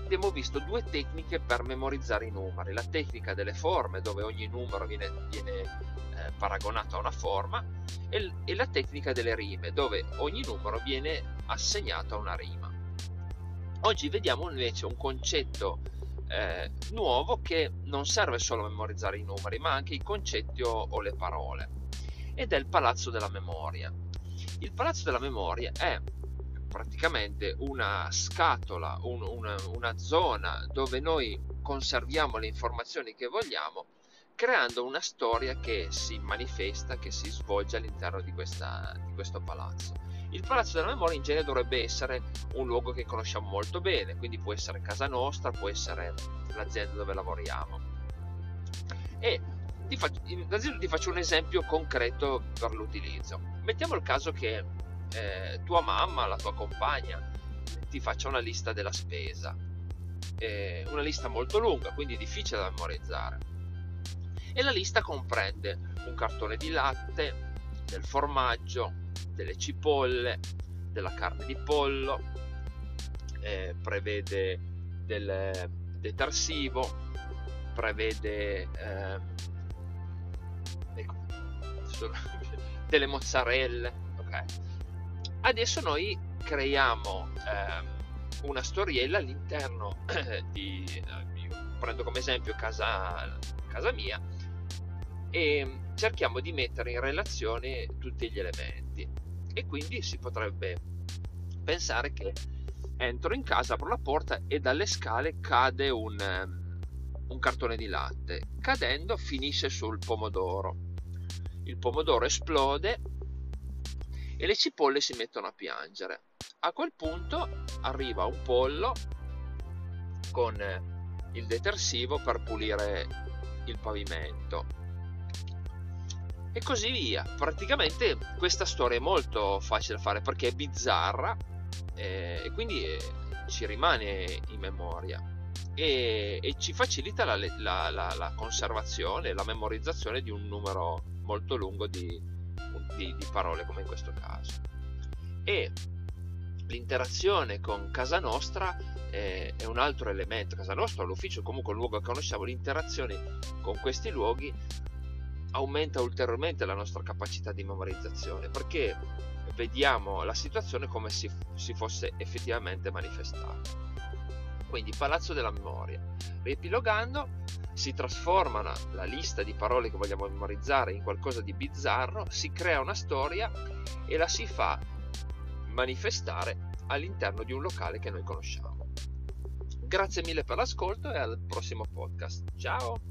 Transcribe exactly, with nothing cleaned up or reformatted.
abbiamo visto due tecniche per memorizzare i numeri: la tecnica delle forme, dove ogni numero viene, viene eh, paragonato a una forma, e, e la tecnica delle rime, dove ogni numero viene assegnato a una rima. Oggi vediamo invece un concetto eh, nuovo, che non serve solo a memorizzare i numeri, ma anche i concetti o, o le parole, ed è il palazzo della memoria. Il palazzo della memoria è praticamente una scatola, un, una, una zona dove noi conserviamo le informazioni che vogliamo, creando una storia che si manifesta, che si svolge all'interno di, questa, di questo palazzo. Il palazzo della memoria in genere dovrebbe essere un luogo che conosciamo molto bene, quindi può essere casa nostra, può essere l'azienda dove lavoriamo. E ti faccio, ti faccio un esempio concreto per l'utilizzo. Mettiamo il caso che eh, tua mamma, la tua compagna, ti faccia una lista della spesa, eh, una lista molto lunga, quindi difficile da memorizzare, e la lista comprende un cartone di latte, del formaggio, delle cipolle, della carne di pollo, eh, prevede del detersivo, prevede eh, ecco, delle mozzarelle. Ok, adesso noi creiamo eh, una storiella all'interno di eh, io prendo come esempio casa, casa mia, e cerchiamo di mettere in relazione tutti gli elementi, e quindi si potrebbe pensare che entro in casa, apro la porta e dalle scale cade un, un cartone di latte. Cadendo finisce sul pomodoro, il pomodoro esplode e le cipolle si mettono a piangere. A quel punto arriva un pollo con il detersivo per pulire il pavimento, e così via. Praticamente questa storia è molto facile da fare perché è bizzarra, eh, e quindi eh, ci rimane in memoria, e, e ci facilita la, la, la, la conservazione, la memorizzazione di un numero molto lungo di, di, di parole, come in questo caso. E l'interazione con casa nostra eh, è un altro elemento. Casa nostra, l'ufficio, comunque il luogo che conosciamo, l'interazione con questi luoghi aumenta ulteriormente la nostra capacità di memorizzazione, perché vediamo la situazione come se si fosse effettivamente manifestata. Quindi palazzo della memoria. Riepilogando, si trasforma la lista di parole che vogliamo memorizzare in qualcosa di bizzarro, si crea una storia e la si fa manifestare all'interno di un locale che noi conosciamo. Grazie mille per l'ascolto e al prossimo podcast. Ciao!